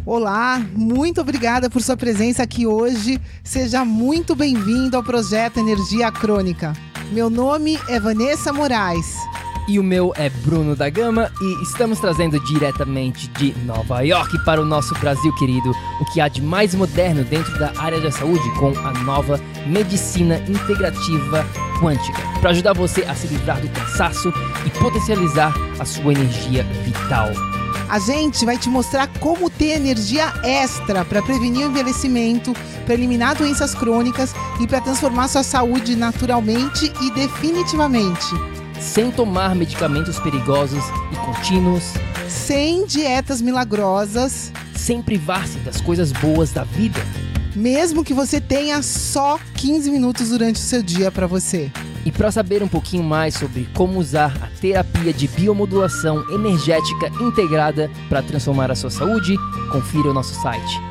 Olá, muito obrigada por sua presença aqui hoje. Seja muito bem-vindo ao Projeto Energia Crônica. Meu nome é Vanessa Moraes. E o meu é Bruno da Gama e estamos trazendo diretamente de Nova York para o nosso Brasil querido o que há de mais moderno dentro da área da saúde com a nova medicina integrativa quântica, para ajudar você a se livrar do cansaço e potencializar a sua energia vital. A gente vai te mostrar como ter energia extra para prevenir o envelhecimento, para eliminar doenças crônicas e para transformar sua saúde naturalmente e definitivamente. Sem tomar medicamentos perigosos e contínuos. Sem dietas milagrosas. Sem privar-se das coisas boas da vida. Mesmo que você tenha só 15 minutos durante o seu dia para você. E para saber um pouquinho mais sobre como usar a terapia de biomodulação energética integrada para transformar a sua saúde, confira o nosso site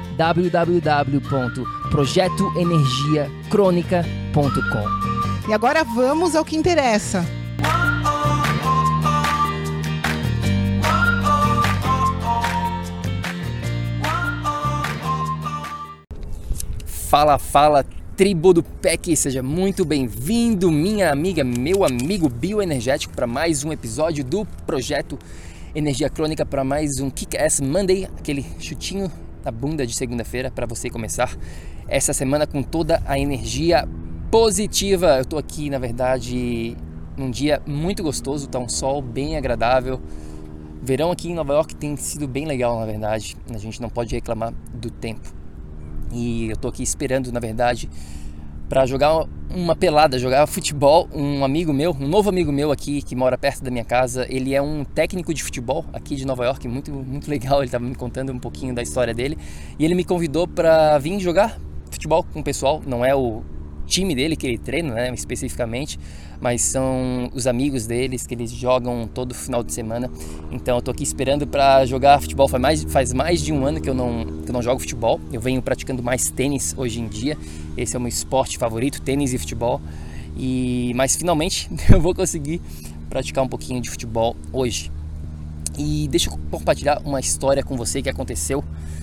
www.projetoenergiacronica.com. E agora vamos ao que interessa. Fala, tribo do PEC, seja muito bem-vindo, minha amiga, meu amigo bioenergético, para mais um episódio do Projeto Energia Crônica, para mais um Kick-Ass Monday, aquele chutinho na bunda de segunda-feira para você começar essa semana com toda a energia positiva. Eu tô aqui, na verdade, num dia muito gostoso, tá um sol bem agradável. Verão aqui em Nova York tem sido bem legal, na verdade, a gente não pode reclamar do tempo. E eu tô aqui esperando, na verdade, para jogar uma pelada, jogar futebol. Um novo amigo meu aqui, que mora perto da minha casa, ele é um técnico de futebol aqui de Nova York, muito, muito legal. Ele tava me contando um pouquinho da história dele. E ele me convidou para vir jogar futebol com o pessoal. Não é o time dele que ele treina, né, especificamente, mas são os amigos deles que eles jogam todo final de semana. Então eu tô aqui esperando para jogar futebol. Faz mais de um ano que eu não jogo futebol. Eu venho praticando mais tênis hoje em dia. Esse é o meu esporte favorito, tênis e futebol. Mas finalmente eu vou conseguir praticar um pouquinho de futebol hoje. E deixa eu compartilhar uma história com você que aconteceu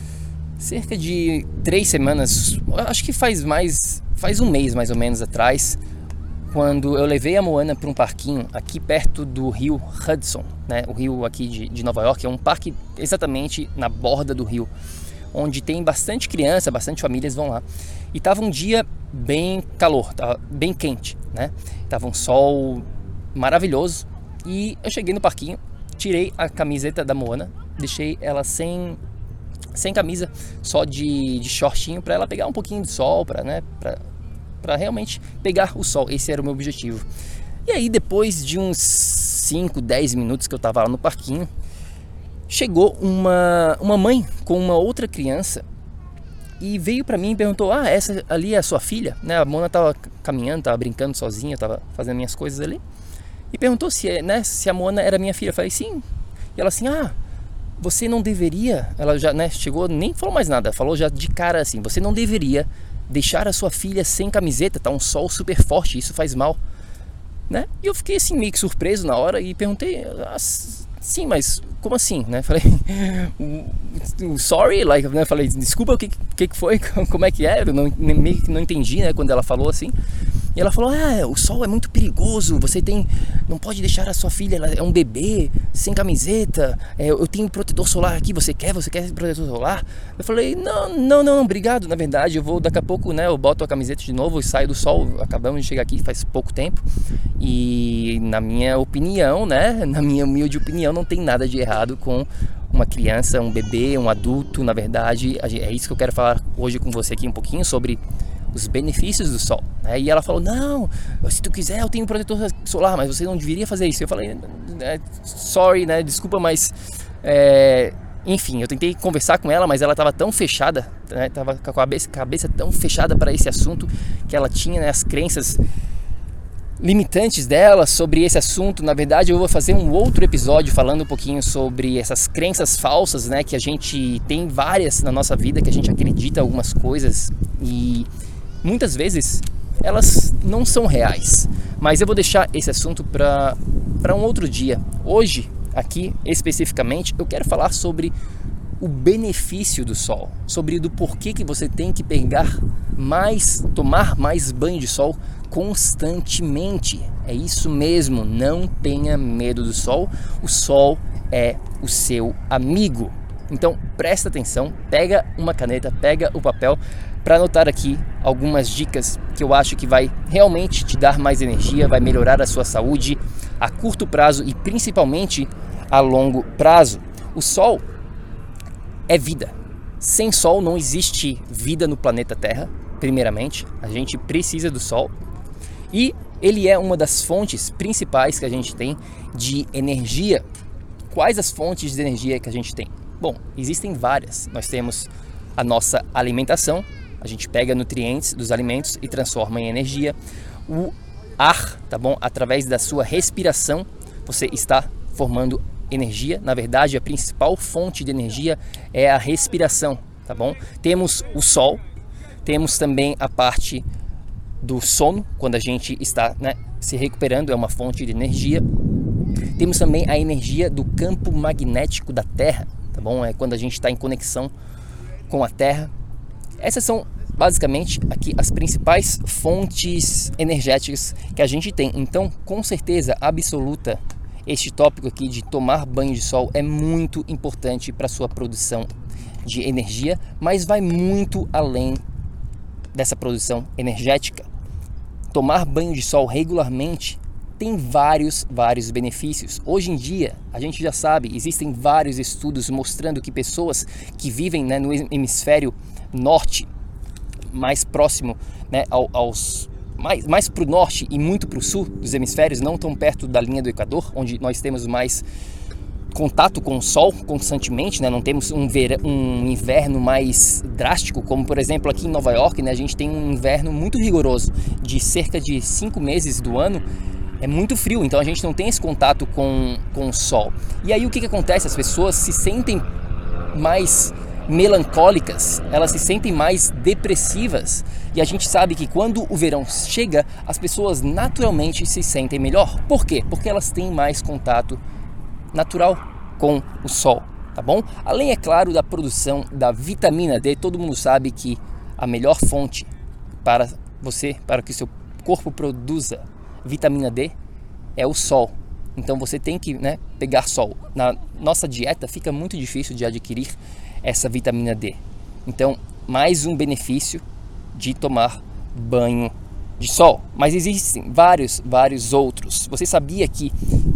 cerca de 3 semanas, acho que faz um mês mais ou menos atrás, quando eu levei a Moana para um parquinho aqui perto do rio Hudson, né? O rio aqui de Nova York é um parque exatamente na borda do rio, onde tem bastante criança, bastante famílias vão lá. E tava um dia bem calor, tava bem quente, né? Tava um sol maravilhoso e eu cheguei no parquinho, tirei a camiseta da Moana, deixei ela sem camisa, só de shortinho, para ela pegar um pouquinho de sol, para realmente pegar o sol. Esse era o meu objetivo. E aí, depois de uns 5, 10 minutos que eu tava lá no parquinho, chegou uma mãe com uma outra criança e veio para mim e perguntou: essa ali é a sua filha? Né? A Mona tava caminhando, tava brincando sozinha, tava fazendo minhas coisas ali, e perguntou se a Mona era minha filha. Eu falei: sim. E ela assim: você não deveria, ela já, chegou, nem falou mais nada, falou já de cara assim: você não deveria deixar a sua filha sem camiseta, tá um sol super forte, isso faz mal, né? E eu fiquei assim meio que surpreso na hora e perguntei: sim, mas como assim, né? Falei: sorry, né? Falei: desculpa, o que foi, como é que é? Eu meio que não entendi, né, quando ela falou assim. E ela falou: o sol é muito perigoso, não pode deixar a sua filha, ela é um bebê, sem camiseta, eu tenho protetor solar aqui, você quer protetor solar? Eu falei: não, obrigado, na verdade, eu vou daqui a pouco, né, eu boto a camiseta de novo e saio do sol, acabamos de chegar aqui faz pouco tempo, e na minha opinião, né, na minha humilde opinião, não tem nada de errado com uma criança, um bebê, um adulto. Na verdade, é isso que eu quero falar hoje com você aqui um pouquinho sobre os benefícios do sol, né? E ela falou: não, se tu quiser eu tenho protetor solar, mas você não deveria fazer isso. Eu falei: sorry, né, desculpa, mas enfim, eu tentei conversar com ela, mas ela estava tão fechada, né, tava com a cabeça tão fechada para esse assunto, que ela tinha, né, as crenças limitantes dela sobre esse assunto. Na verdade, eu vou fazer um outro episódio falando um pouquinho sobre essas crenças falsas, né, que a gente tem várias na nossa vida, que a gente acredita em algumas coisas e muitas vezes elas não são reais. Mas eu vou deixar esse assunto para um outro dia. Hoje, aqui especificamente, eu quero falar sobre o benefício do sol, sobre do porquê que você tem que tomar mais banho de sol constantemente. É isso mesmo, não tenha medo do sol, o sol é o seu amigo. Então presta atenção, pega uma caneta, pega o papel para anotar aqui algumas dicas que eu acho que vai realmente te dar mais energia, vai melhorar a sua saúde a curto prazo e principalmente a longo prazo. O sol é vida. Sem sol não existe vida no planeta Terra, primeiramente. A gente precisa do sol e ele é uma das fontes principais que a gente tem de energia. Quais as fontes de energia que a gente tem? Bom, existem várias. Nós temos a nossa alimentação, a gente pega nutrientes dos alimentos e transforma em energia. O ar, tá bom? Através da sua respiração, você está formando energia. Na verdade, a principal fonte de energia é a respiração, tá bom? Temos o sol, temos também a parte do sono, quando a gente está, se recuperando, é uma fonte de energia. Temos também a energia do campo magnético da Terra, tá bom? É quando a gente está em conexão com a Terra. Essas são basicamente aqui as principais fontes energéticas que a gente tem. Então, com certeza absoluta, este tópico aqui de tomar banho de sol é muito importante para a sua produção de energia, mas vai muito além dessa produção energética. Tomar banho de sol regularmente tem vários benefícios. Hoje em dia, a gente já sabe, existem vários estudos mostrando que pessoas que vivem no hemisfério norte, mais próximo mais para o norte e muito para o sul dos hemisférios, não tão perto da linha do Equador, onde nós temos mais contato com o sol constantemente, não temos um inverno mais drástico, como por exemplo aqui em Nova York, a gente tem um inverno muito rigoroso, de cerca de 5 meses do ano, é muito frio, então a gente não tem esse contato com o sol. E aí o que acontece? As pessoas se sentem mais melancólicas, elas se sentem mais depressivas, e a gente sabe que quando o verão chega, as pessoas naturalmente se sentem melhor. Por quê? Porque elas têm mais contato natural com o sol, tá bom? Além, é claro, da produção da vitamina D. Todo mundo sabe que a melhor fonte para que o seu corpo produza vitamina D é o sol. Então você tem que pegar sol. Na nossa dieta fica muito difícil de adquirir essa vitamina D. Então, mais um benefício de tomar banho de sol. Mas existem vários outros. Você sabia que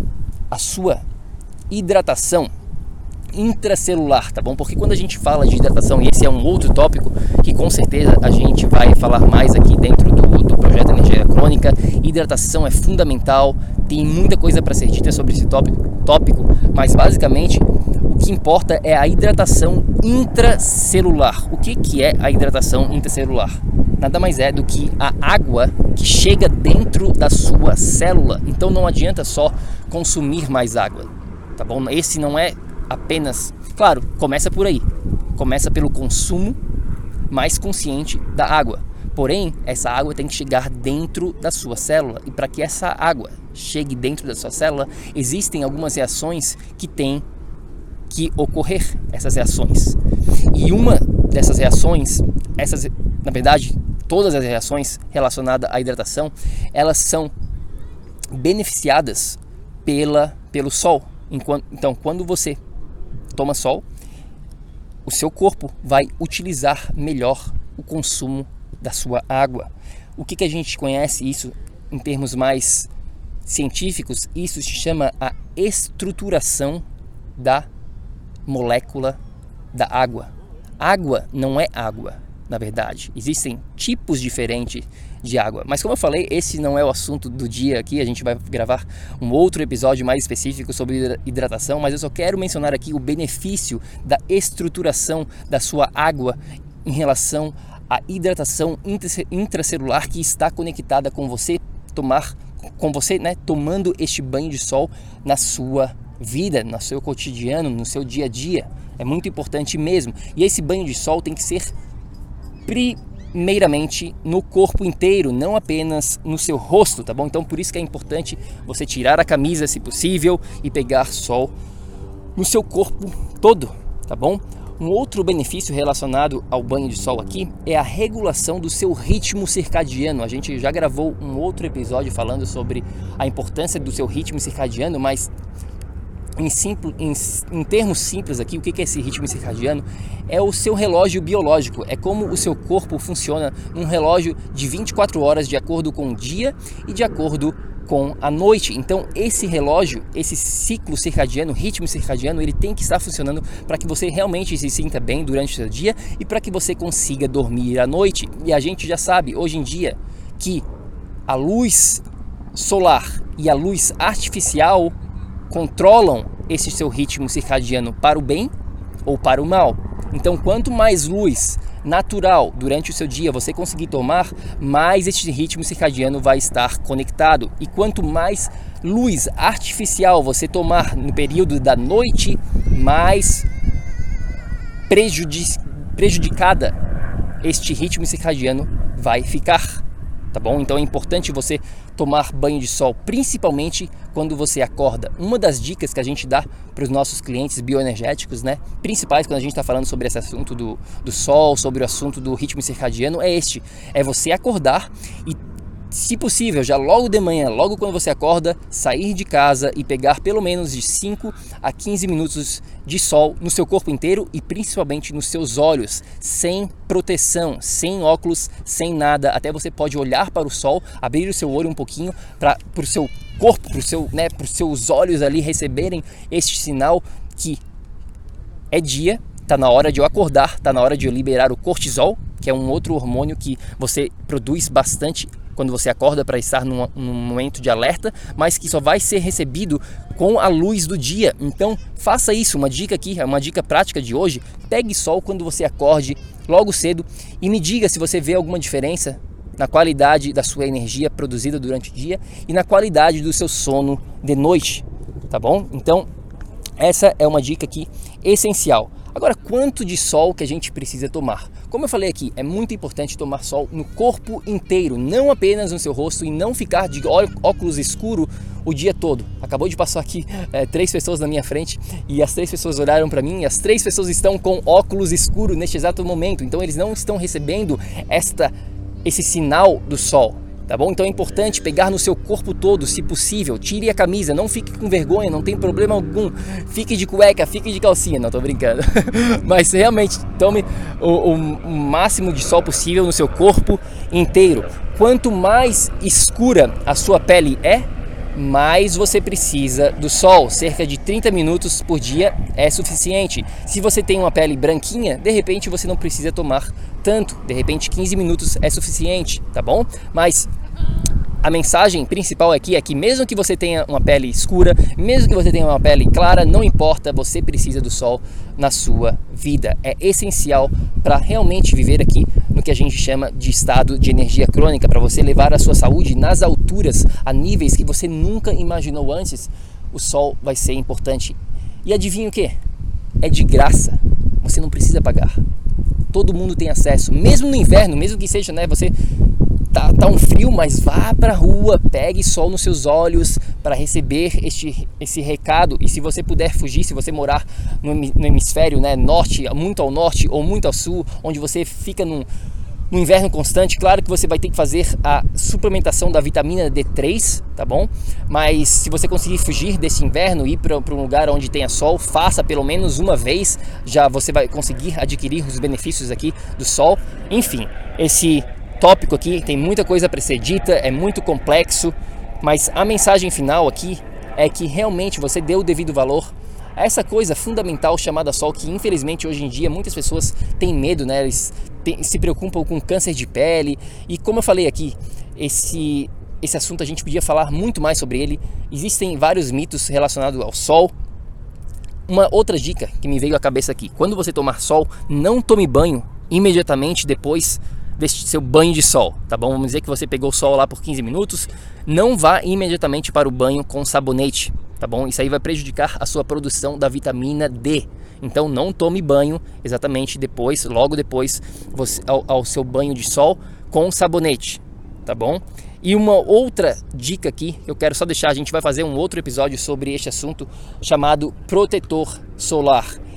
a sua hidratação intracelular, tá bom? Porque quando a gente fala de hidratação, e esse é um outro tópico que com certeza a gente vai falar mais aqui dentro do projeto Energia Crônica, hidratação é fundamental, tem muita coisa para ser dita sobre esse tópico, mas basicamente o que importa é a hidratação intracelular. O que é a hidratação intracelular? Nada mais é do que a água que chega dentro da sua célula. Então não adianta só consumir mais água, tá bom? Esse não é apenas, claro, começa por aí, começa pelo consumo mais consciente da água, porém essa água tem que chegar dentro da sua célula, e para que essa água chegue dentro da sua célula, existem algumas reações que tem que ocorrer, essas reações, e uma dessas reações, na verdade todas as reações relacionadas à hidratação, elas são beneficiadas pelo sol. Então, quando você toma sol, o seu corpo vai utilizar melhor o consumo da sua água. O que a gente conhece isso em termos mais científicos? Isso se chama a estruturação da molécula da água. Água não é água, na verdade. Existem tipos diferentes de água. Mas como eu falei, esse não é o assunto do dia aqui. A gente vai gravar um outro episódio mais específico sobre hidratação, mas eu só quero mencionar aqui o benefício da estruturação da sua água em relação à hidratação intracelular que está conectada com você tomando este banho de sol na sua vida, no seu cotidiano, no seu dia a dia. É muito importante mesmo. E esse banho de sol tem que ser primeiramente no corpo inteiro, não apenas no seu rosto, tá bom? Então por isso que é importante você tirar a camisa, se possível, e pegar sol no seu corpo todo, tá bom? Um outro benefício relacionado ao banho de sol aqui é a regulação do seu ritmo circadiano. A gente já gravou um outro episódio falando sobre a importância do seu ritmo circadiano, mas em termos simples aqui, o que é esse ritmo circadiano? É o seu relógio biológico, é como o seu corpo funciona num relógio de 24 horas de acordo com o dia e de acordo com a noite. Então esse relógio, esse ciclo circadiano, ritmo circadiano, ele tem que estar funcionando para que você realmente se sinta bem durante o seu dia e para que você consiga dormir à noite. E a gente já sabe hoje em dia que a luz solar e a luz artificial controlam esse seu ritmo circadiano para o bem ou para o mal. Então quanto mais luz natural durante o seu dia você conseguir tomar, mais este ritmo circadiano vai estar conectado. E quanto mais luz artificial você tomar no período da noite, mais prejudicada este ritmo circadiano vai ficar, tá bom? Então é importante você tomar banho de sol, principalmente quando você acorda. Uma das dicas que a gente dá para os nossos clientes bioenergéticos, né, principais quando a gente está falando sobre esse assunto do sol, sobre o assunto do ritmo circadiano, é você acordar e, se possível, já logo de manhã, logo quando você acorda, sair de casa e pegar pelo menos de 5 a 15 minutos de sol no seu corpo inteiro e principalmente nos seus olhos, sem proteção, sem óculos, sem nada. Até você pode olhar para o sol, abrir o seu olho um pouquinho para o seu corpo, para os seus olhos ali receberem este sinal que é dia, está na hora de eu acordar, está na hora de eu liberar o cortisol, que é um outro hormônio que você produz bastante quando você acorda para estar num momento de alerta, mas que só vai ser recebido com a luz do dia. Então faça isso, uma dica aqui, uma dica prática de hoje: pegue sol quando você acorde logo cedo e me diga se você vê alguma diferença na qualidade da sua energia produzida durante o dia e na qualidade do seu sono de noite, tá bom? Então essa é uma dica aqui essencial. Agora, quanto de sol que a gente precisa tomar? Como eu falei aqui, é muito importante tomar sol no corpo inteiro, não apenas no seu rosto, e não ficar de óculos escuro o dia todo. Acabou de passar aqui 3 pessoas na minha frente e as 3 pessoas olharam para mim e as 3 pessoas estão com óculos escuros neste exato momento. Então eles não estão recebendo esse sinal do sol. Tá bom? Então é importante pegar no seu corpo todo, se possível. Tire a camisa, não fique com vergonha, não tem problema algum. Fique de cueca, fique de calcinha, não tô brincando. Mas realmente tome o máximo de sol possível no seu corpo inteiro. Quanto mais escura a sua pele é, mais você precisa do sol. Cerca de 30 minutos por dia é suficiente. Se você tem uma pele branquinha, de repente você não precisa tomar tanto, de repente 15 minutos é suficiente, tá bom? Mas a mensagem principal aqui é que mesmo que você tenha uma pele escura, mesmo que você tenha uma pele clara, não importa, você precisa do sol na sua vida. É essencial para realmente viver aqui no que a gente chama de estado de energia crônica, para você levar a sua saúde nas alturas, a níveis que você nunca imaginou antes. O sol vai ser importante. E adivinha o que? É de graça, você não precisa pagar. Todo mundo tem acesso, mesmo no inverno, mesmo que seja, né, você tá um frio, mas vá pra rua, pegue sol nos seus olhos para receber esse recado. E se você puder fugir, se você morar no hemisfério, né, norte, muito ao norte ou muito ao sul, onde você fica no inverno constante, claro que você vai ter que fazer a suplementação da vitamina D3, tá bom? Mas se você conseguir fugir desse inverno e ir para um lugar onde tenha sol, faça pelo menos uma vez, já você vai conseguir adquirir os benefícios aqui do sol. Enfim, esse tópico aqui tem muita coisa para ser dita, é muito complexo, mas a mensagem final aqui é que realmente você dê o devido valor a essa coisa fundamental chamada sol, que infelizmente hoje em dia muitas pessoas têm medo, né? Eles se preocupam com câncer de pele, e como eu falei aqui, esse assunto a gente podia falar muito mais sobre ele. Existem vários mitos relacionados ao sol. Uma outra dica que me veio à cabeça aqui: quando você tomar sol, não tome banho imediatamente depois deste seu banho de sol, tá bom? Vamos dizer que você pegou o sol lá por 15 minutos, não vá imediatamente para o banho com sabonete, tá bom? Isso aí vai prejudicar a sua produção da vitamina D. Então não tome banho exatamente depois, logo depois ao seu banho de sol com sabonete, tá bom? E uma outra dica aqui, eu quero só deixar, a gente vai fazer um outro episódio sobre este assunto chamado protetor solar.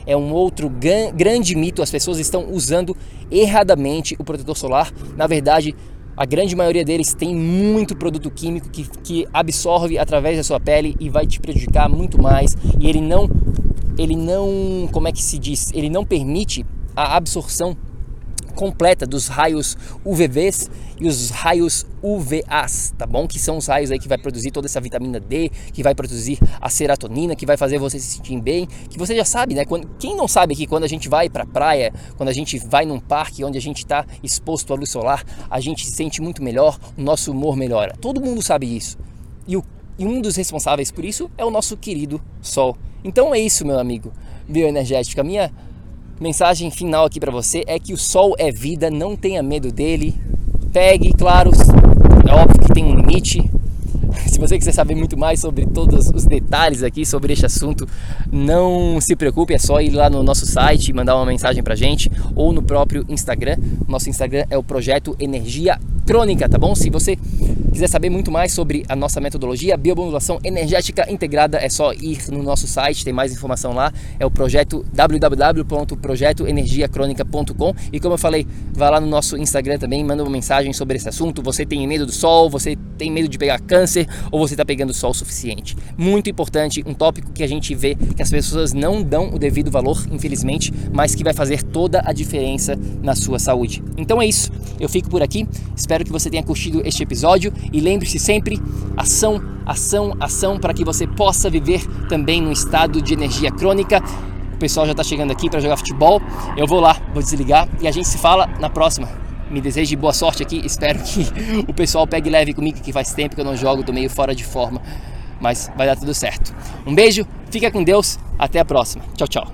é um outro grande mito. As pessoas estão usando erradamente o protetor solar. Na verdade, a grande maioria deles tem muito produto químico que absorve através da sua pele e vai te prejudicar muito mais. E ele não, como é que se diz? Ele não permite a absorção completa dos raios UVVs e os raios UVAs, tá bom? Que são os raios aí que vai produzir toda essa vitamina D, que vai produzir a serotonina, que vai fazer você se sentir bem, que você já sabe, né? Quem não sabe que quando a gente vai pra praia, quando a gente vai num parque onde a gente está exposto à luz solar, a gente se sente muito melhor, o nosso humor melhora. Todo mundo sabe disso. E um dos responsáveis por isso é o nosso querido Sol. Então é isso, meu amigo bioenergético. A minha mensagem final aqui para você é que o Sol é vida, não tenha medo dele. Pegue, claro, é óbvio que tem um limite. Se você quiser saber muito mais sobre todos os detalhes aqui sobre este assunto, não se preocupe, é só ir lá no nosso site e mandar uma mensagem pra gente ou no próprio Instagram. O nosso Instagram é o Projeto Energia Crônica, tá bom? Se você quiser saber muito mais sobre a nossa metodologia, biomodulação energética integrada, é só ir no nosso site, tem mais informação lá, é o projeto www.projetoenergiacronica.com. E como eu falei, vai lá no nosso Instagram também, manda uma mensagem sobre esse assunto. Você tem medo do sol, você tem medo de pegar câncer ou você está pegando sol o suficiente? Muito importante, um tópico que a gente vê que as pessoas não dão o devido valor, infelizmente, mas que vai fazer toda a diferença na sua saúde. Então é isso, eu fico por aqui, espero que você tenha curtido este episódio e lembre-se sempre, ação, ação, ação, para que você possa viver também num estado de energia crônica. O pessoal já está chegando aqui para jogar futebol, eu vou lá, vou desligar e a gente se fala na próxima. Me desejo boa sorte aqui, espero que o pessoal pegue leve comigo, que faz tempo que eu não jogo, tô meio fora de forma, mas vai dar tudo certo. Um beijo, fica com Deus, até a próxima. Tchau, tchau.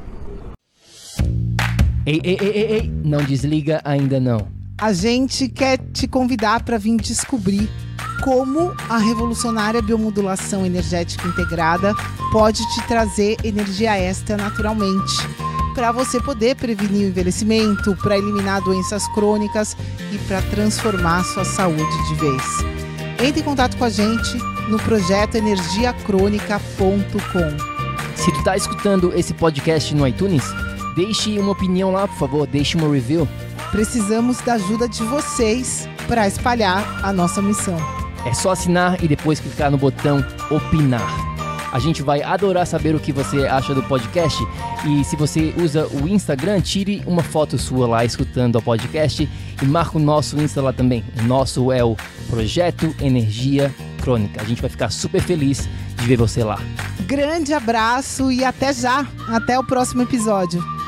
Ei, não desliga ainda não. A gente quer te convidar para vir descobrir como a revolucionária biomodulação energética integrada pode te trazer energia extra naturalmente, para você poder prevenir o envelhecimento, para eliminar doenças crônicas e para transformar sua saúde de vez. Entre em contato com a gente no projeto energiacronica.com. Se tu tá escutando esse podcast no iTunes, deixe uma opinião lá, por favor, deixe uma review. Precisamos da ajuda de vocês para espalhar a nossa missão. É só assinar e depois clicar no botão opinar. A gente vai adorar saber o que você acha do podcast. E se você usa o Instagram, tire uma foto sua lá escutando o podcast e marca o nosso Insta lá também. O nosso é o Projeto Energia Crônica. A gente vai ficar super feliz de ver você lá. Grande abraço e até já! Até o próximo episódio.